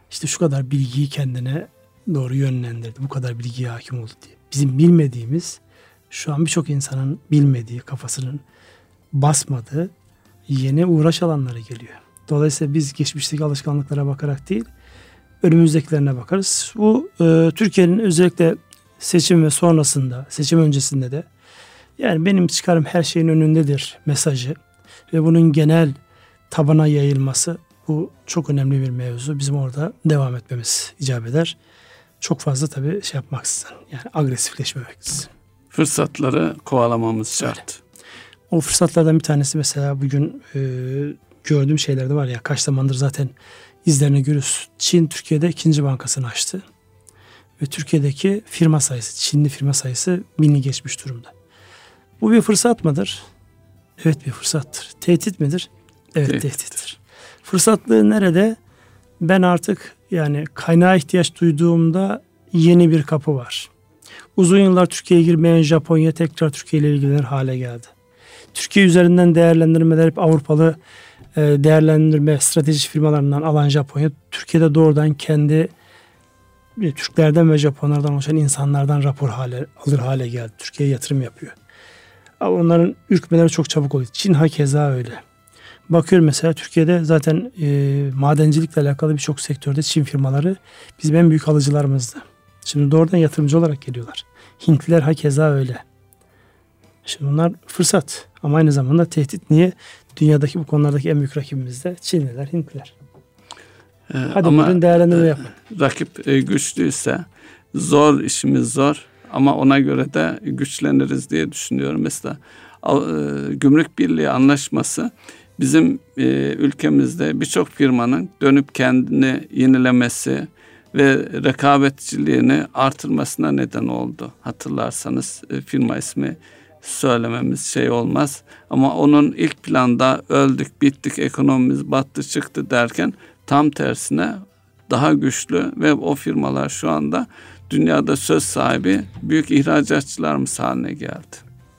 S1: işte şu kadar bilgiyi kendine doğru yönlendirdi, bu kadar bilgiye hakim oldu diye. Bizim bilmediğimiz, şu an birçok insanın bilmediği, kafasının basmadığı yeni uğraş alanları geliyor. Dolayısıyla biz geçmişteki alışkanlıklara bakarak değil, önümüzdekilerine bakarız. Bu Türkiye'nin özellikle seçim ve sonrasında, seçim öncesinde de yani benim çıkarım her şeyin önündedir mesajı ve bunun genel tabana yayılması, bu çok önemli bir mevzu. Bizim orada devam etmemiz icap eder. Çok fazla tabii şey yapmaksızın, yani agresifleşmemeksizin.
S2: Fırsatları kovalamamız şart.
S1: Evet. O fırsatlardan bir tanesi mesela bugün gördüğüm şeylerde var ya, kaç zamandır zaten izlerini görüyoruz. Çin Türkiye'de ikinci bankasını açtı. Ve Türkiye'deki firma sayısı, Çinli firma sayısı 1000'i geçmiş durumda. Bu bir fırsat mıdır? Evet, bir fırsattır. Tehdit midir? Evet, tehdittir. Fırsatlığı nerede? Ben artık yani kaynağa ihtiyaç duyduğumda yeni bir kapı var. Uzun yıllar Türkiye'ye girmeyen Japonya tekrar Türkiye ile ilgilenir hale geldi. Türkiye üzerinden değerlendirmeler hep Avrupalı değerlendirme strateji firmalarından alan Japonya, Türkiye'de doğrudan kendi Türklerden ve Japonlardan oluşan insanlardan rapor alır hale geldi. Türkiye'ye yatırım yapıyor. Ama onların ürkmeleri çok çabuk oluyor. Çin hakeza öyle. Bakıyorum mesela Türkiye'de zaten madencilikle alakalı birçok sektörde Çin firmaları bizim en büyük alıcılarımızdı. Şimdi doğrudan yatırımcı olarak geliyorlar. Hintliler hakeza öyle. Şimdi bunlar fırsat ama aynı zamanda tehdit. Niye? Dünyadaki bu konulardaki en büyük rakibimiz de Çinliler, Hintliler. Hadi bugün değerlendirme yapın.
S2: Rakip güçlüyse zor, işimiz zor ama ona göre de güçleniriz diye düşünüyorum. Mesela Gümrük Birliği Anlaşması bizim ülkemizde birçok firmanın dönüp kendini yenilemesi ve rekabetçiliğini artırmasına neden oldu. Hatırlarsanız firma ismi söylememiz şey olmaz. Ama onun ilk planda öldük, bittik, ekonomimiz battı, çıktı derken tam tersine daha güçlü ve o firmalar şu anda dünyada söz sahibi büyük ihracatçılarımız haline geldi.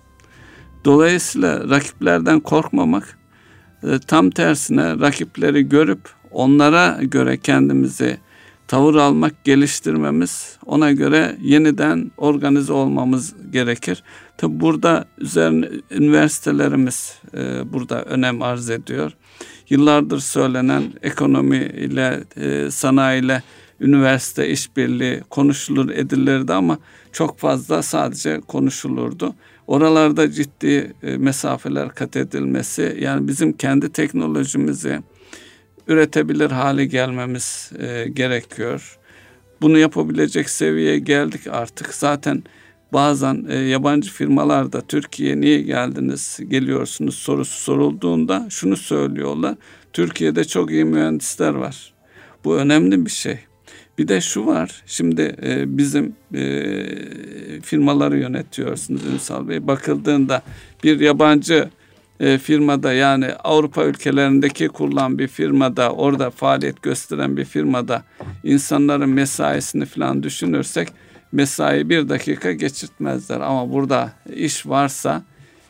S2: Dolayısıyla rakiplerden korkmamak, tam tersine rakipleri görüp onlara göre kendimizi tavır almak, geliştirmemiz, ona göre yeniden organize olmamız gerekir. Tabi burada üzerine üniversitelerimiz burada önem arz ediyor. Yıllardır söylenen ekonomi ile sanayi ile üniversite işbirliği konuşulur edilirdi ama çok fazla sadece konuşulurdu. Oralarda ciddi mesafeler kat edilmesi, yani bizim kendi teknolojimizi üretebilir hale gelmemiz gerekiyor. Bunu yapabilecek seviyeye geldik artık. Zaten bazen yabancı firmalar da Türkiye'ye niye geldiniz, geliyorsunuz sorusu sorulduğunda şunu söylüyorlar. Türkiye'de çok iyi mühendisler var. Bu önemli bir şey. Bir de şu var, şimdi bizim firmaları yönetiyorsunuz Ünsal Bey. Bakıldığında bir yabancı firmada, yani Avrupa ülkelerindeki kurulan bir firmada, orada faaliyet gösteren bir firmada insanların mesaisini falan düşünürsek mesai 1 dakika geçirtmezler. Ama burada iş varsa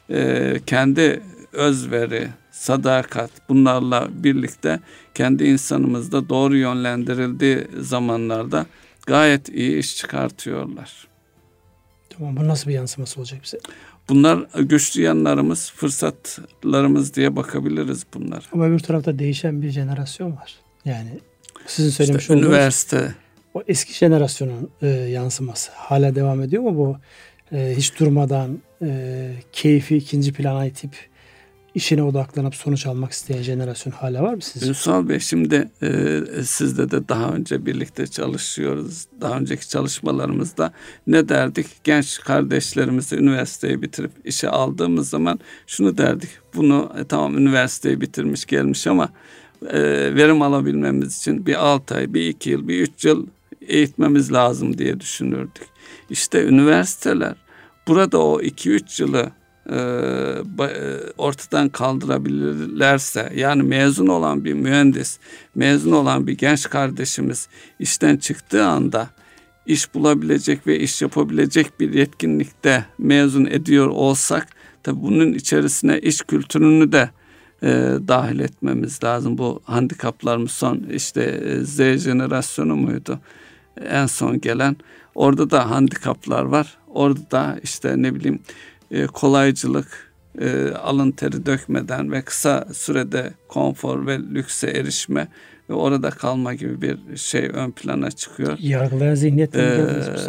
S2: kendi özveri, sadakat bunlarla birlikte kendi insanımızda doğru yönlendirildiği zamanlarda gayet iyi iş çıkartıyorlar.
S1: Tamam, bu nasıl bir yansıması olacak bize?
S2: Bunlar güçlü yanlarımız, fırsatlarımız diye bakabiliriz bunlar.
S1: Ama bir tarafta değişen bir jenerasyon var. Yani sizin söylemiş
S2: işte
S1: olduğunuz
S2: üniversite.
S1: O eski jenerasyonun yansıması hala devam ediyor mu bu? Hiç durmadan keyfi ikinci plana itip işine odaklanıp sonuç almak isteyen jenerasyon hala var mı sizce?
S2: Ünsal Bey, şimdi sizle de daha önce birlikte çalışıyoruz. Daha önceki çalışmalarımızda ne derdik? Genç kardeşlerimizi üniversiteyi bitirip işe aldığımız zaman şunu derdik. Bunu tamam üniversiteyi bitirmiş gelmiş ama verim alabilmemiz için bir 6 ay, bir 2 yıl, bir 3 yıl eğitmemiz lazım diye düşünürdük. İşte üniversiteler burada o 2-3 yılı ortadan kaldırabilirlerse, yani mezun olan bir mühendis, mezun olan bir genç kardeşimiz işten çıktığı anda iş bulabilecek ve iş yapabilecek bir yetkinlikte mezun ediyor olsak, tabii bunun içerisine iş kültürünü de dahil etmemiz lazım. Bu handikaplarımız son işte Z jenerasyonu muydu? En son gelen. Orada da handikaplar var. Orada da işte ne bileyim kolaycılık, alın teri dökmeden ve kısa sürede konfor ve lükse erişme ve orada kalma gibi bir şey ön plana çıkıyor.
S1: Yargılayan zihniyetle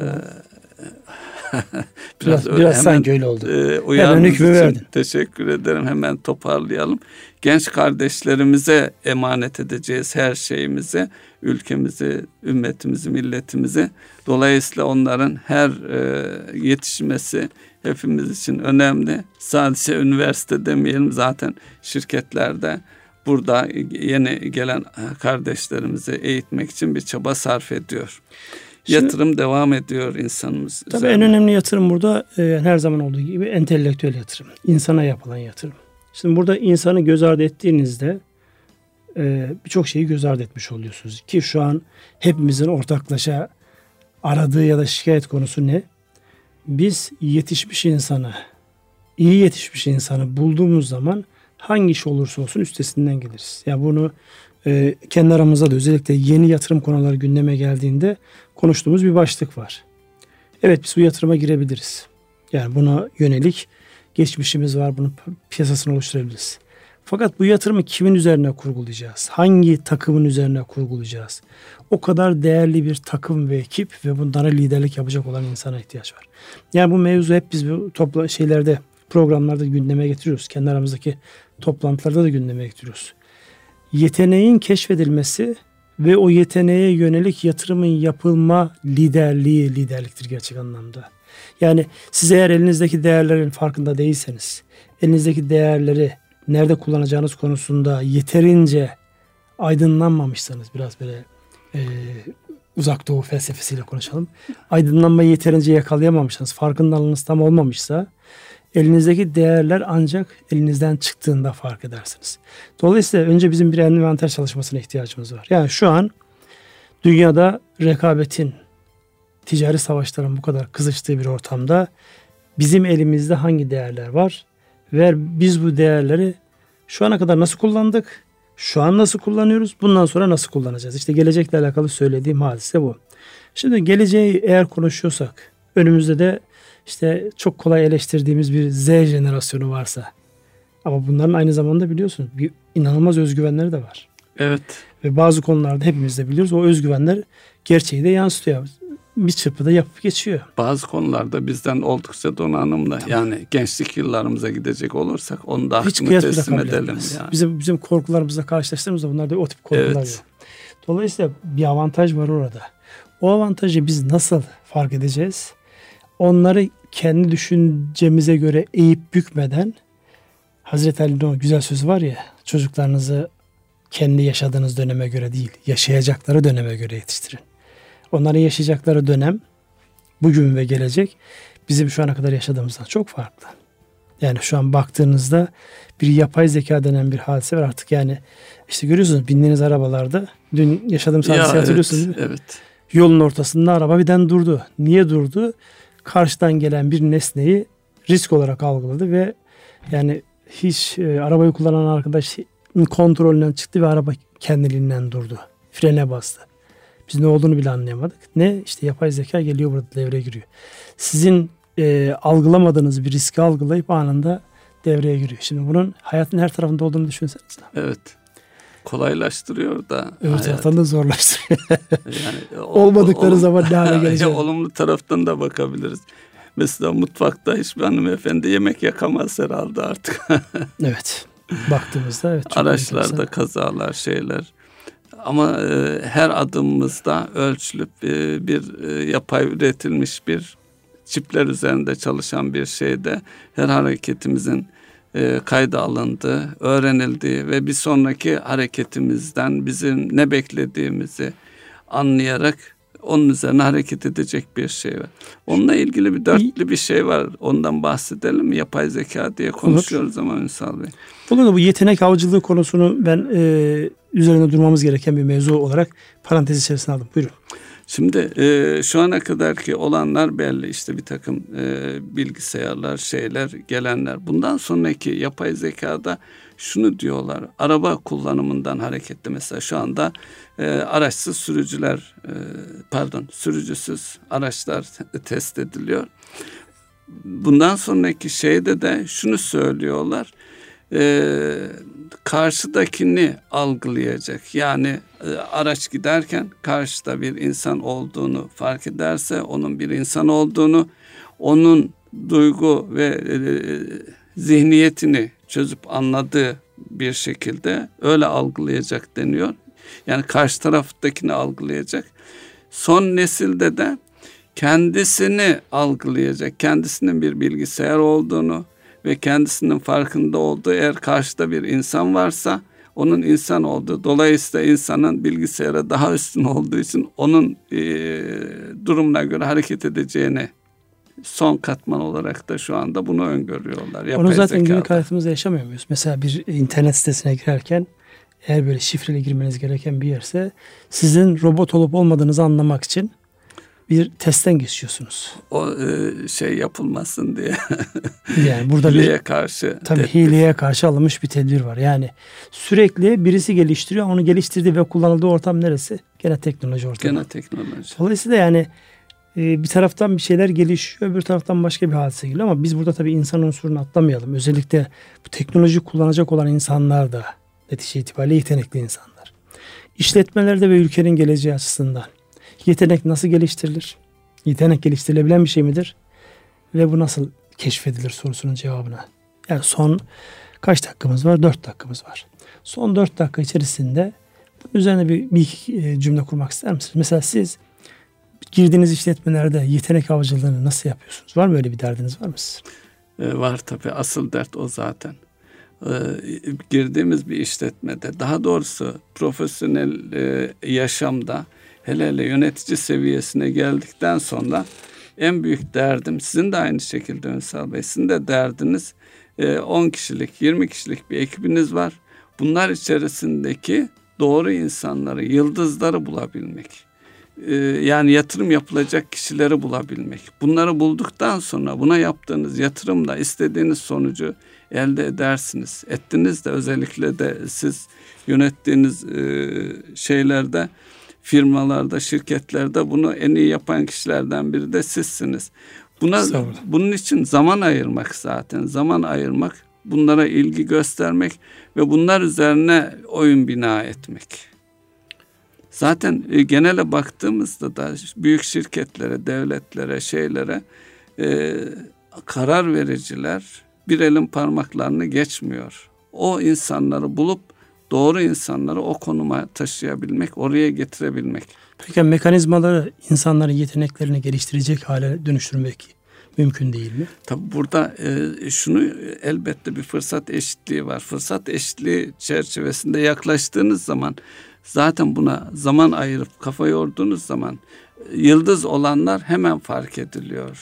S1: biraz sanki öyle oldu.
S2: Uyarınız için teşekkür ederim. Hemen toparlayalım. Genç kardeşlerimize emanet edeceğiz her şeyimizi, ülkemizi, ümmetimizi, milletimizi. Dolayısıyla onların her yetişmesi hepimiz için önemli. Sadece üniversite demeyelim, zaten şirketlerde burada yeni gelen kardeşlerimizi eğitmek için bir çaba sarf ediyor. Yatırım devam ediyor insanımız.
S1: Tabii üzerine. En önemli yatırım burada her zaman olduğu gibi entelektüel yatırım. İnsana yapılan yatırım. Şimdi burada insanı göz ardı ettiğinizde birçok şeyi göz ardı etmiş oluyorsunuz. Ki şu an hepimizin ortaklaşa aradığı ya da şikayet konusu ne? Biz yetişmiş insanı, iyi yetişmiş insanı bulduğumuz zaman hangi iş olursa olsun üstesinden geliriz. Yani bunu kendi aramızda da özellikle yeni yatırım konuları gündeme geldiğinde konuştuğumuz bir başlık var. Evet, biz bu yatırıma girebiliriz. Yani buna yönelik geçmişimiz var. Bunun piyasasını oluşturabiliriz. Fakat bu yatırımı kimin üzerine kurgulayacağız? Hangi takımın üzerine kurgulayacağız? O kadar değerli bir takım ve ekip ve bunlara liderlik yapacak olan insana ihtiyaç var. Yani bu mevzu hep biz bu programlarda gündeme getiriyoruz. Kendi aramızdaki toplantılarda da gündeme getiriyoruz. Yeteneğin keşfedilmesi ve o yeteneğe yönelik yatırımın yapılma liderliktir gerçek anlamda. Yani siz eğer elinizdeki değerlerin farkında değilseniz, elinizdeki değerleri nerede kullanacağınız konusunda yeterince aydınlanmamışsanız, biraz böyle uzak doğu felsefesiyle konuşalım. Aydınlanmayı yeterince yakalayamamışsanız, farkındalığınız tam olmamışsa, elinizdeki değerler ancak elinizden çıktığında fark edersiniz. Dolayısıyla önce bizim bir envanter çalışmasına ihtiyacımız var. Yani şu an dünyada rekabetin, ticari savaşların bu kadar kızıştığı bir ortamda bizim elimizde hangi değerler var ve biz bu değerleri şu ana kadar nasıl kullandık, şu an nasıl kullanıyoruz, bundan sonra nasıl kullanacağız? İşte gelecekle alakalı söylediğim hadise bu. Şimdi geleceği eğer konuşuyorsak, önümüzde de İşte çok kolay eleştirdiğimiz bir Z jenerasyonu varsa, ama bunların aynı zamanda biliyorsunuz bir inanılmaz özgüvenleri de var.
S2: Evet.
S1: Ve bazı konularda hepimiz de biliyoruz, o özgüvenler gerçeği de yansıtıyor. Bir çırpıda yapıp geçiyor.
S2: Bazı konularda bizden oldukça donanımlı. Tamam. Yani gençlik yıllarımıza gidecek olursak onu da hakkını teslim edelim. Yani.
S1: Bizim korkularımızla karşılaştığımızda bunlarda o tip korkular yok. Dolayısıyla bir avantaj var orada. O avantajı biz nasıl fark edeceğiz? Onları kendi düşüncemize göre eğip bükmeden, Hazreti Ali'nin o güzel sözü var ya, çocuklarınızı kendi yaşadığınız döneme göre değil, yaşayacakları döneme göre yetiştirin. Onların yaşayacakları dönem, bugün ve gelecek, bizim şu ana kadar yaşadığımızdan çok farklı. Yani şu an baktığınızda bir yapay zeka denen bir hadise var artık. Yani işte görüyorsunuz, bindiğiniz arabalarda, dün yaşadığımız hadiseyi hatırlıyorsunuz değil mi?
S2: Evet.
S1: Yolun ortasında araba birden durdu. Niye durdu? Karşıdan gelen bir nesneyi risk olarak algıladı ve yani hiç arabayı kullanan arkadaşın kontrolünden çıktı ve araba kendiliğinden durdu. Frene bastı. Biz ne olduğunu bile anlayamadık. Ne? İşte yapay zeka geliyor, burada devreye giriyor. Sizin algılamadığınız bir riski algılayıp anında devreye giriyor. Şimdi bunun hayatın her tarafında olduğunu düşünsenize.
S2: Evet. Kolaylaştırıyor da.
S1: Öbür taraftan da zorlaştırıyor.
S2: Yani
S1: olmadıkları zaman ne hale gelecek?
S2: Olumlu taraftan da bakabiliriz. Mesela mutfakta hiçbir hanımefendi yemek yakamaz herhalde artık.
S1: Evet. Baktığımızda evet.
S2: Araçlarda kazalar, şeyler. Ama her adımımızda ölçülüp bir yapay üretilmiş bir çipler üzerinde çalışan bir şeyde her hareketimizin kayda alındığı, öğrenildiği ve bir sonraki hareketimizden bizim ne beklediğimizi anlayarak onun üzerine hareket edecek bir şey var. Onunla ilgili bir dörtlü bir şey var. Ondan bahsedelim mi? Yapay zeka diye konuşuyoruz ama Ünsal Bey.
S1: Olur da bu yetenek avcılığı konusunu ben üzerinde durmamız gereken bir mevzu olarak parantez içerisine aldım. Buyurun.
S2: Şimdi şu ana kadarki olanlar belli. İşte bir takım bilgisayarlar, şeyler, gelenler. Bundan sonraki yapay zekada şunu diyorlar. Araba kullanımından hareketle mesela şu anda araçsız sürücüler, sürücüsüz araçlar test ediliyor. Bundan sonraki şeyde de şunu söylüyorlar. Karşıdakini algılayacak. Yani araç giderken karşıda bir insan olduğunu fark ederse onun bir insan olduğunu, onun duygu ve zihniyetini çözüp anladığı bir şekilde öyle algılayacak deniyor. Yani karşı taraftakini algılayacak. Son nesilde de kendisini algılayacak. Kendisinin bir bilgisayar olduğunu ve kendisinin farkında olduğu, eğer karşıda bir insan varsa onun insan olduğu, dolayısıyla insanın bilgisayara daha üstün olduğu için onun durumuna göre hareket edeceğini son katman olarak da şu anda bunu öngörüyorlar.
S1: Onu zaten günlük hayatımızda yaşamıyor muyuz? Mesela bir internet sitesine girerken eğer böyle şifreli girmeniz gereken bir yerse sizin robot olup olmadığınızı anlamak için bir testten geçiyorsunuz.
S2: O şey yapılmasın diye.
S1: Yani burada
S2: hileye karşı.
S1: Tabii hileye karşı alınmış bir tedbir var. Yani sürekli birisi geliştiriyor. Onu geliştirdiği ve kullanıldığı ortam neresi? Gene teknoloji ortamı.
S2: Gene teknoloji.
S1: Dolayısıyla yani bir taraftan bir şeyler gelişiyor, öbür taraftan başka bir hadise geliyor ama biz burada tabii insan unsurunu atlamayalım. Özellikle bu teknoloji kullanacak olan insanlar da netice itibariyle yetenekli insanlar. İşletmelerde ve ülkenin geleceği açısından yetenek nasıl geliştirilir? Yetenek geliştirilebilen bir şey midir? Ve bu nasıl keşfedilir sorusunun cevabına. Yani son kaç dakikamız var? 4 dakikamız var. Son 4 dakika içerisinde bunun üzerine bir iki cümle kurmak ister misiniz? Mesela siz girdiğiniz işletmelerde yetenek avcılığını nasıl yapıyorsunuz? Var mı öyle bir derdiniz, var mı sizin?
S2: Var tabii. Asıl dert o zaten. Girdiğimiz bir işletmede, daha doğrusu profesyonel yaşamda, hele hele yönetici seviyesine geldikten sonra en büyük derdim, sizin de aynı şekilde Ünsal Bey, sizin de derdiniz 10 kişilik, 20 kişilik bir ekibiniz var. Bunlar içerisindeki doğru insanları, yıldızları bulabilmek. Yani yatırım yapılacak kişileri bulabilmek. Bunları bulduktan sonra buna yaptığınız yatırımla istediğiniz sonucu elde edersiniz. Ettiniz de, özellikle de siz yönettiğiniz şeylerde, firmalarda, şirketlerde bunu en iyi yapan kişilerden biri de sizsiniz. Bunun için zaman ayırmak zaten. Zaman ayırmak, bunlara ilgi göstermek ve bunlar üzerine oyun bina etmek. Zaten genele baktığımızda da büyük şirketlere, devletlere, şeylere karar vericiler bir elin parmaklarını geçmiyor. O insanları bulup doğru insanları o konuma taşıyabilmek, oraya getirebilmek.
S1: Peki mekanizmaları insanların yeteneklerini geliştirecek hale dönüştürmek mümkün değil mi?
S2: Tabii burada şunu, elbette bir fırsat eşitliği var. Fırsat eşitliği çerçevesinde yaklaştığınız zaman, zaten buna zaman ayırıp kafa yorduğunuz zaman yıldız olanlar hemen fark ediliyor.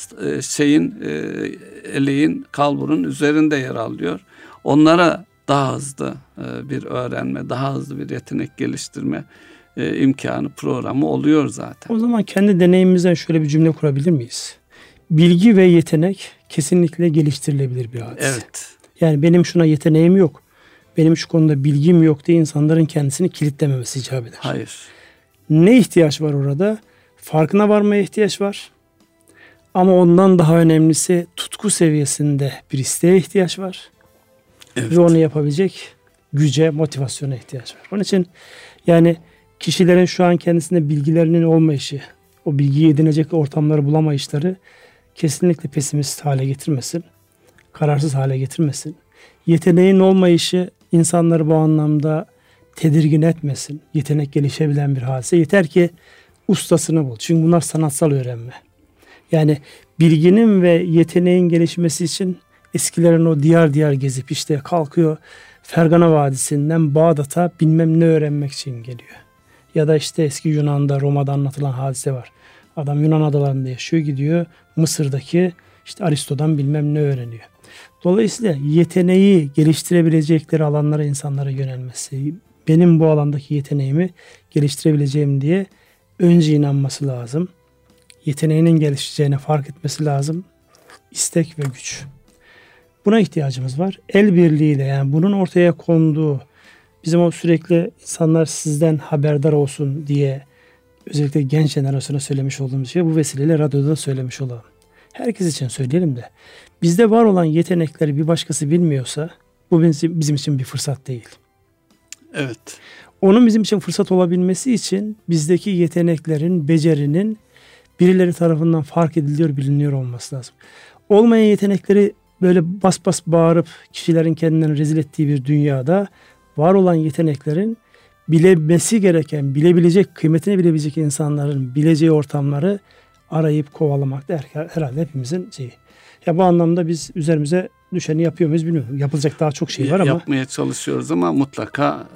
S2: Eleğin, kalburun üzerinde yer alıyor. Onlara daha hızlı bir öğrenme, daha hızlı bir yetenek geliştirme imkanı, programı oluyor zaten.
S1: O zaman kendi deneyimimizden şöyle bir cümle kurabilir miyiz? Bilgi ve yetenek kesinlikle geliştirilebilir bir hadise.
S2: Evet.
S1: Yani benim şuna yeteneğim yok, benim şu konuda bilgim yok diye insanların kendisini kilitlememesi icap eder.
S2: Hayır.
S1: Ne ihtiyaç var orada? Farkına varmaya ihtiyaç var. Ama ondan daha önemlisi tutku seviyesinde bir isteğe ihtiyaç var.
S2: Evet.
S1: Ve onu yapabilecek güce, motivasyona ihtiyaç var. Onun için yani kişilerin şu an kendisinde bilgilerinin olmayışı, o bilgiyi edinecek ortamları bulamayışları kesinlikle pesimist hale getirmesin, kararsız hale getirmesin. Yeteneğin olmayışı insanları bu anlamda tedirgin etmesin. Yetenek gelişebilen bir hadise. Yeter ki ustasını bul. Çünkü bunlar sanatsal öğrenme. Yani bilginin ve yeteneğin gelişmesi için eskilerin o diyar diyar gezip işte kalkıyor Fergana Vadisi'nden Bağdat'a bilmem ne öğrenmek için geliyor. Ya da işte eski Yunan'da, Roma'da anlatılan hadise var. Adam Yunan adalarında yaşıyor, gidiyor Mısır'daki işte Aristo'dan bilmem ne öğreniyor. Dolayısıyla yeteneği geliştirebilecekleri alanlara insanlara yönelmesi, benim bu alandaki yeteneğimi geliştirebileceğim diye önce inanması lazım. Yeteneğinin gelişeceğine fark etmesi lazım. İstek ve güç. Buna ihtiyacımız var. El birliğiyle, yani bunun ortaya konduğu, bizim o sürekli insanlar sizden haberdar olsun diye özellikle genç jenerasyona söylemiş olduğumuz şey, bu vesileyle radyoda söylemiş olalım. Herkes için söyleyelim de, bizde var olan yetenekleri bir başkası bilmiyorsa bu bizim için bir fırsat değil.
S2: Evet.
S1: Onun bizim için fırsat olabilmesi için bizdeki yeteneklerin, becerinin birileri tarafından fark ediliyor, biliniyor olması lazım. Olmayan yetenekleri böyle bas bas bağırıp kişilerin kendilerini rezil ettiği bir dünyada var olan yeteneklerin bilemesi gereken, bilebilecek, kıymetini bilebilecek insanların bileceği ortamları arayıp kovalamak da herhalde hepimizin şeyi. Ya bu anlamda biz üzerimize düşeni yapıyor muyuz bilmiyorum. Yapılacak daha çok şey var ama.
S2: Yapmaya çalışıyoruz ama mutlaka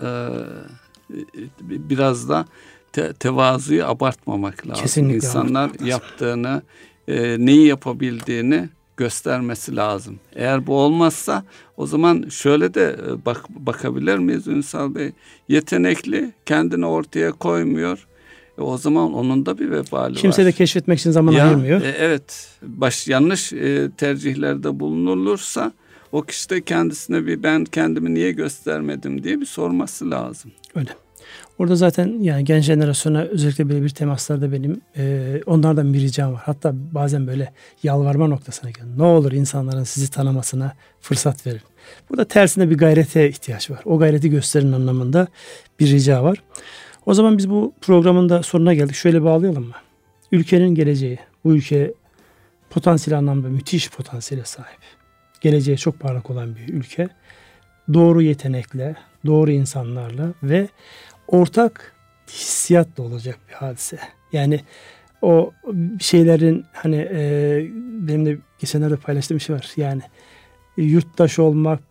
S2: biraz da tevazuyu abartmamak lazım.
S1: Kesinlikle
S2: İnsanlar yaptığını, neyi yapabildiğini göstermesi lazım. Eğer bu olmazsa o zaman şöyle de bakabilir miyiz Ünsal Bey? Yetenekli, kendini ortaya koymuyor. O zaman onun da bir vebali var.
S1: Kimse de keşfetmek için zaman ayırmıyor.
S2: Evet. Yanlış tercihlerde bulunulursa o kişi de kendisine ben kendimi niye göstermedim diye bir sorması lazım.
S1: Öyle. Orada zaten yani genç jenerasyona özellikle böyle bir temaslarda benim onlardan bir ricam var. Hatta bazen böyle yalvarma noktasına geliyor. Ne olur insanların sizi tanımasına fırsat verin. Burada tersine bir gayrete ihtiyaç var. O gayreti gösterin anlamında bir rica var. O zaman biz bu programın da sonuna geldik. Şöyle bağlayalım mı? Ülkenin geleceği. Bu ülke potansiyel anlamda müthiş potansiyele sahip. Geleceği çok parlak olan bir ülke. Doğru yetenekle, doğru insanlarla ve ortak hissiyatla olacak bir hadise. Yani o şeylerin hani benim de geçenlerde paylaştığım bir şey var. Yani yurttaş olmak,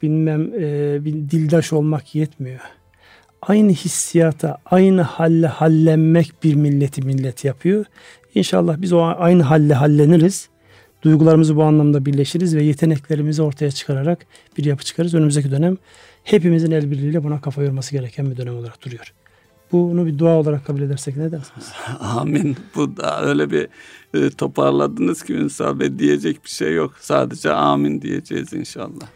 S1: dildaş olmak yetmiyor. Aynı hissiyata, aynı halle hallenmek bir milleti millet yapıyor. İnşallah biz o aynı halle halleniriz. Duygularımızı bu anlamda birleşiriz ve yeteneklerimizi ortaya çıkararak bir yapı çıkarız. Önümüzdeki dönem hepimizin el birliğiyle buna kafa yorması gereken bir dönem olarak duruyor. Bunu bir dua olarak kabul edersek ne dersiniz?
S2: Amin. Bu da öyle bir toparladınız ki Ünsal Bey, diyecek bir şey yok. Sadece amin diyeceğiz inşallah.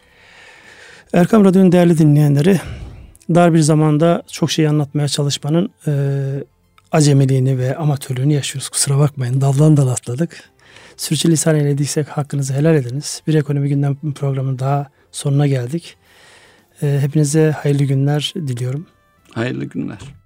S1: Erkam Radyo'nun değerli dinleyenleri, dar bir zamanda çok şey anlatmaya çalışmanın acemiliğini ve amatörlüğünü yaşıyoruz. Kusura bakmayın, daldan dala atladık. Sürçülisan eylediysek hakkınızı helal ediniz. Bir ekonomi gündem programının daha sonuna geldik. Hepinize hayırlı günler diliyorum.
S2: Hayırlı günler.